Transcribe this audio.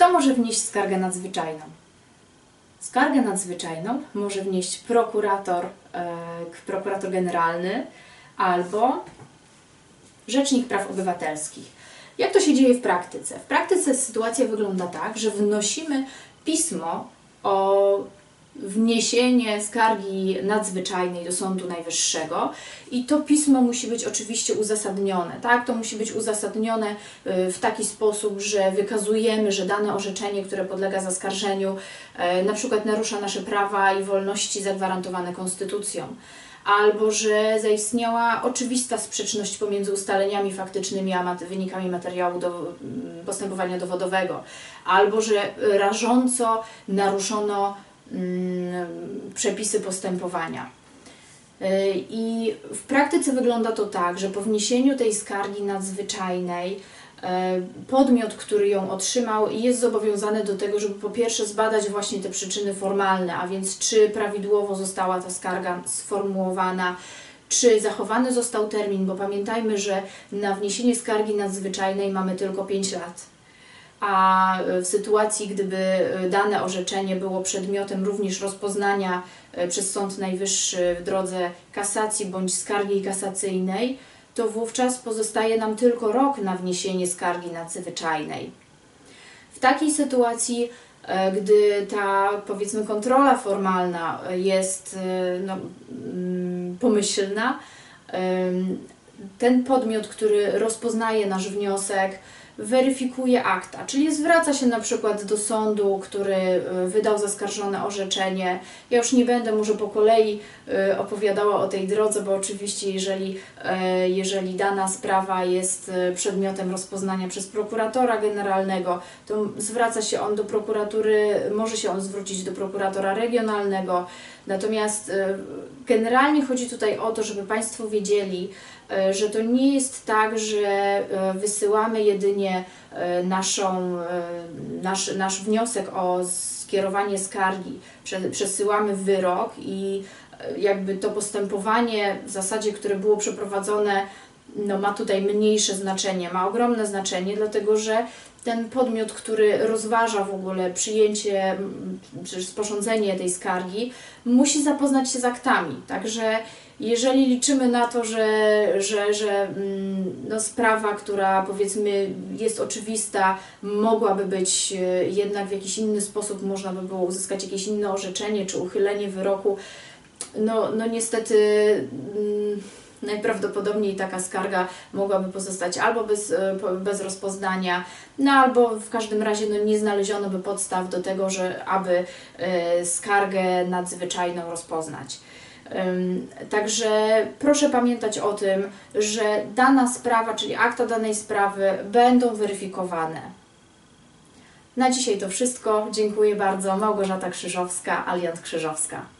Kto może wnieść skargę nadzwyczajną? Skargę nadzwyczajną może wnieść prokurator generalny albo Rzecznik Praw Obywatelskich. Jak to się dzieje w praktyce? W praktyce sytuacja wygląda tak, że wnosimy pismo o wniesienie skargi nadzwyczajnej do Sądu Najwyższego i to pismo musi być oczywiście uzasadnione. Tak? To musi być uzasadnione w taki sposób, że wykazujemy, że dane orzeczenie, które podlega zaskarżeniu, na przykład narusza nasze prawa i wolności zagwarantowane Konstytucją, albo że zaistniała oczywista sprzeczność pomiędzy ustaleniami faktycznymi a wynikami materiału postępowania dowodowego, albo że rażąco naruszono przepisy postępowania. I w praktyce wygląda to tak, że po wniesieniu tej skargi nadzwyczajnej podmiot, który ją otrzymał, jest zobowiązany do tego, żeby po pierwsze zbadać właśnie te przyczyny formalne, a więc czy prawidłowo została ta skarga sformułowana, czy zachowany został termin, bo pamiętajmy, że na wniesienie skargi nadzwyczajnej mamy tylko 5 lat. A w sytuacji, gdyby dane orzeczenie było przedmiotem również rozpoznania przez Sąd Najwyższy w drodze kasacji bądź skargi kasacyjnej, to wówczas pozostaje nam tylko rok na wniesienie skargi nadzwyczajnej. W takiej sytuacji, gdy ta, powiedzmy, kontrola formalna jest pomyślna, ten podmiot, który rozpoznaje nasz wniosek, weryfikuje akta, czyli zwraca się na przykład do sądu, który wydał zaskarżone orzeczenie. Ja już nie będę może po kolei opowiadała o tej drodze, bo oczywiście jeżeli dana sprawa jest przedmiotem rozpoznania przez prokuratora generalnego, to zwraca się on do prokuratury, może się on zwrócić do prokuratora regionalnego. Natomiast generalnie chodzi tutaj o to, żeby Państwo wiedzieli, że to nie jest tak, że wysyłamy jedynie nasz wniosek o skierowanie skargi, przesyłamy wyrok i jakby to postępowanie w zasadzie, które było przeprowadzone, ma tutaj mniejsze znaczenie, ma ogromne znaczenie, dlatego że ten podmiot, który rozważa w ogóle przyjęcie czy sporządzenie tej skargi, musi zapoznać się z aktami. Także jeżeli liczymy na to, że sprawa, która powiedzmy jest oczywista, mogłaby być jednak w jakiś inny sposób, można by było uzyskać jakieś inne orzeczenie czy uchylenie wyroku, niestety najprawdopodobniej taka skarga mogłaby pozostać albo bez rozpoznania, albo w każdym razie nie znaleziono by podstaw do tego, aby skargę nadzwyczajną rozpoznać. Także proszę pamiętać o tym, że dana sprawa, czyli akta danej sprawy będą weryfikowane. Na dzisiaj to wszystko. Dziękuję bardzo. Małgorzata Krzyżowska, Aliant Krzyżowska.